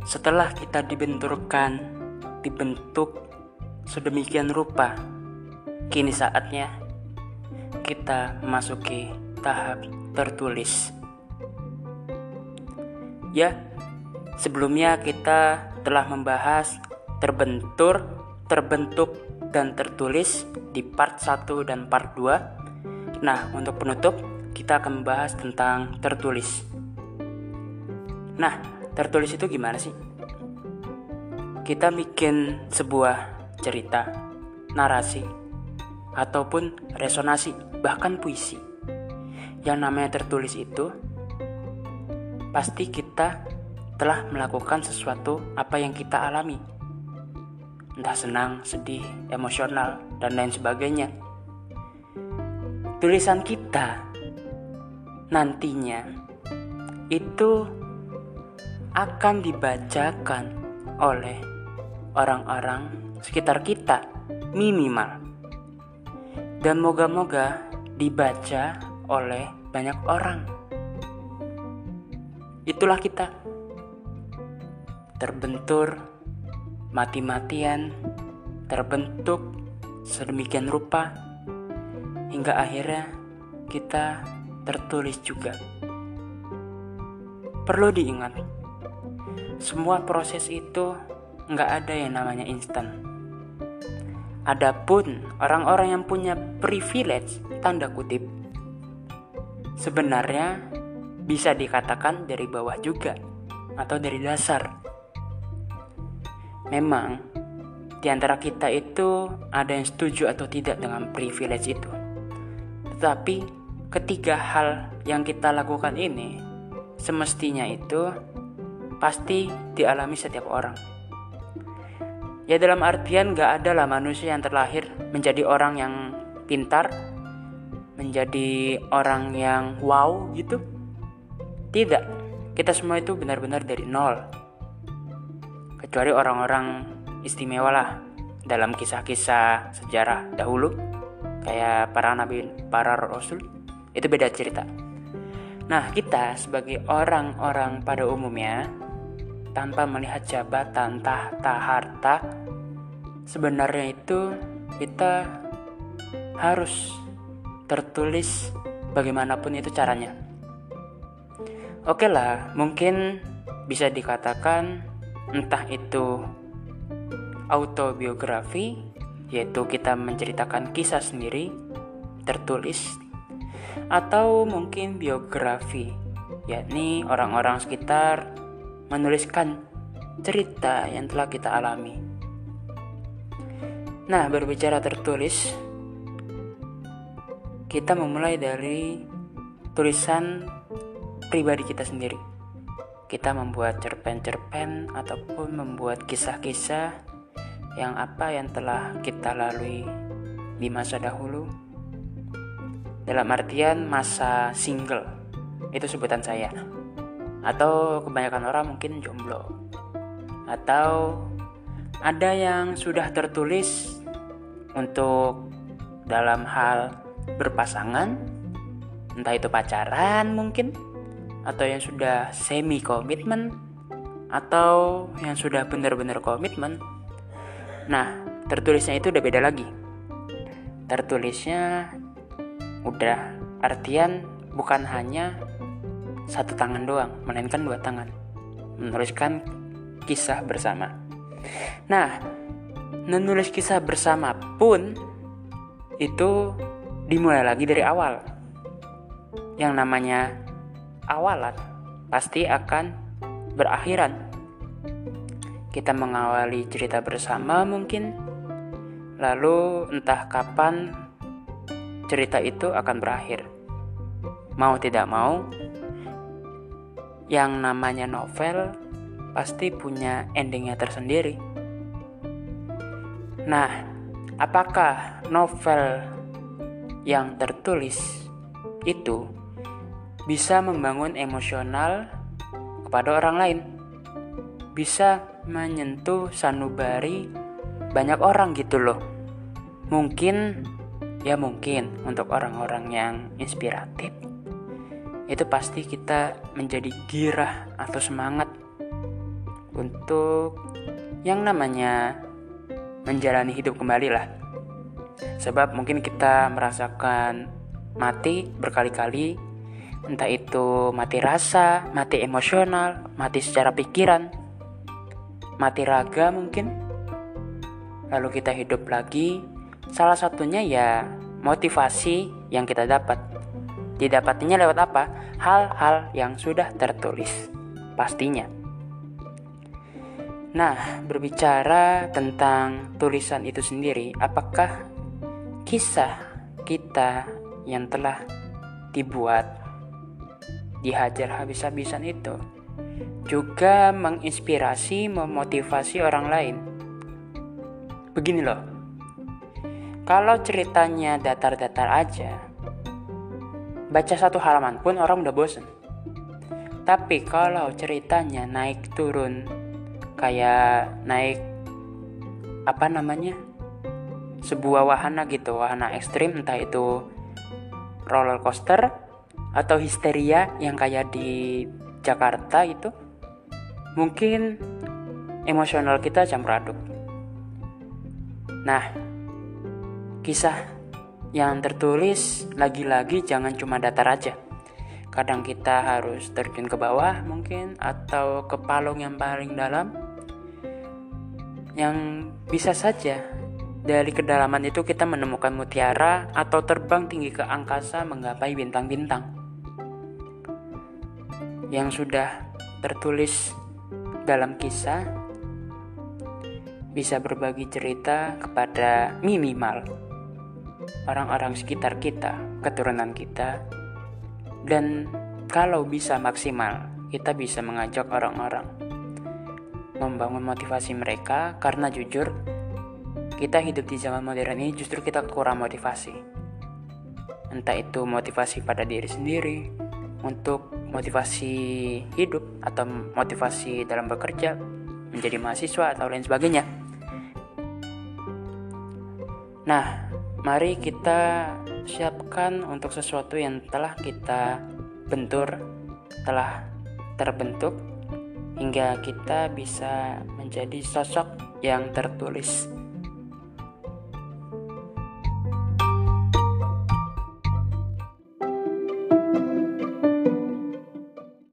Setelah kita dibentuk sedemikian rupa, kini saatnya kita memasuki tahap tertulis. Ya, sebelumnya kita telah membahas terbentuk, dan tertulis di part 1 dan part 2. Nah, untuk penutup, kita akan membahas tentang tertulis. Nah, tertulis itu gimana sih? Kita bikin sebuah cerita, narasi, ataupun resonasi, bahkan puisi. Yang namanya tertulis itu pasti kita telah melakukan sesuatu apa yang kita alami, entah senang, sedih, emosional, dan lain sebagainya. Tulisan kita nantinya itu akan dibacakan oleh orang-orang sekitar kita minimal, dan moga-moga dibaca oleh banyak orang. Itulah kita, terbentur mati-matian, terbentuk sedemikian rupa, hingga akhirnya kita tertulis juga. Perlu diingat, semua proses itu nggak ada yang namanya instan. Adapun orang-orang yang punya privilege, tanda kutip, sebenarnya bisa dikatakan dari bawah juga, atau dari dasar. Memang di antara kita itu ada yang setuju atau tidak dengan privilege itu. Tetapi ketiga hal yang kita lakukan ini semestinya itu pasti dialami setiap orang. Ya, dalam artian gak ada lah manusia yang terlahir menjadi orang yang pintar, menjadi orang yang wow gitu. Tidak, kita semua itu benar-benar dari nol. Kecuali orang-orang istimewa lah dalam kisah-kisah sejarah dahulu, kayak para nabi, para rasul, itu beda cerita. Nah, kita sebagai orang-orang pada umumnya, tanpa melihat jabatan, tahta, harta, sebenarnya itu kita harus tertulis bagaimanapun itu caranya. Oke lah, mungkin bisa dikatakan entah itu autobiografi, yaitu kita menceritakan kisah sendiri, tertulis, atau mungkin biografi, yakni orang-orang sekitar menuliskan cerita yang telah kita alami. Nah, berbicara tertulis, kita memulai dari tulisan pribadi kita sendiri. Kita membuat cerpen-cerpen ataupun membuat kisah-kisah yang telah kita lalui di masa dahulu. Dalam artian masa single, itu sebutan saya. Atau kebanyakan orang mungkin jomblo. Atau ada yang sudah tertulis untuk dalam hal berpasangan, entah itu pacaran mungkin, atau yang sudah semi komitmen, atau yang sudah benar-benar komitmen. Nah, tertulisnya itu udah beda lagi. Tertulisnya udah artian bukan hanya satu tangan doang, melainkan dua tangan, menuliskan kisah bersama. Nah, menulis kisah bersama pun itu dimulai lagi dari awal. Yang namanya awalan pasti akan berakhiran. Kita mengawali cerita bersama mungkin, lalu entah kapan cerita itu akan berakhir. Mau tidak mau, yang namanya novel pasti punya endingnya tersendiri. Nah, apakah novel yang tertulis itu bisa membangun emosional kepada orang lain, bisa menyentuh sanubari banyak orang gitu loh. Mungkin untuk orang-orang yang inspiratif, itu pasti kita menjadi girah atau semangat untuk yang namanya menjalani hidup kembali lah. Sebab mungkin kita merasakan mati berkali-kali, entah itu mati rasa, mati emosional, mati secara pikiran, mati raga mungkin. Lalu kita hidup lagi. Salah satunya ya motivasi yang kita dapat. Didapatnya lewat apa? Hal-hal yang sudah tertulis pastinya. Nah, berbicara tentang tulisan itu sendiri, apakah kisah kita yang telah dibuat, dihajar habis-habisan itu juga menginspirasi, memotivasi orang lain? Begini loh, kalau ceritanya datar-datar aja, baca satu halaman pun orang udah bosen. Tapi kalau ceritanya naik turun, kayak naik sebuah wahana gitu, wahana ekstrim, entah itu roller coaster atau histeria yang kayak di Jakarta itu, mungkin emosional kita campur aduk. Nah, kisah yang tertulis lagi-lagi jangan cuma datar aja. Kadang kita harus terjun ke bawah mungkin, atau ke palung yang paling dalam, yang bisa saja dari kedalaman itu kita menemukan mutiara atau terbang tinggi ke angkasa menggapai bintang-bintang yang sudah tertulis dalam kisah. Bisa berbagi cerita kepada minimal orang-orang sekitar kita, keturunan kita, dan kalau bisa maksimal kita bisa mengajak orang-orang, membangun motivasi mereka. Karena jujur, kita hidup di zaman modern ini justru kita kurang motivasi. Entah itu motivasi pada diri sendiri, untuk motivasi hidup, atau motivasi dalam bekerja, menjadi mahasiswa, atau lain sebagainya. Nah, mari kita siapkan untuk sesuatu yang telah kita bentur, telah terbentuk, hingga kita bisa menjadi sosok yang tertulis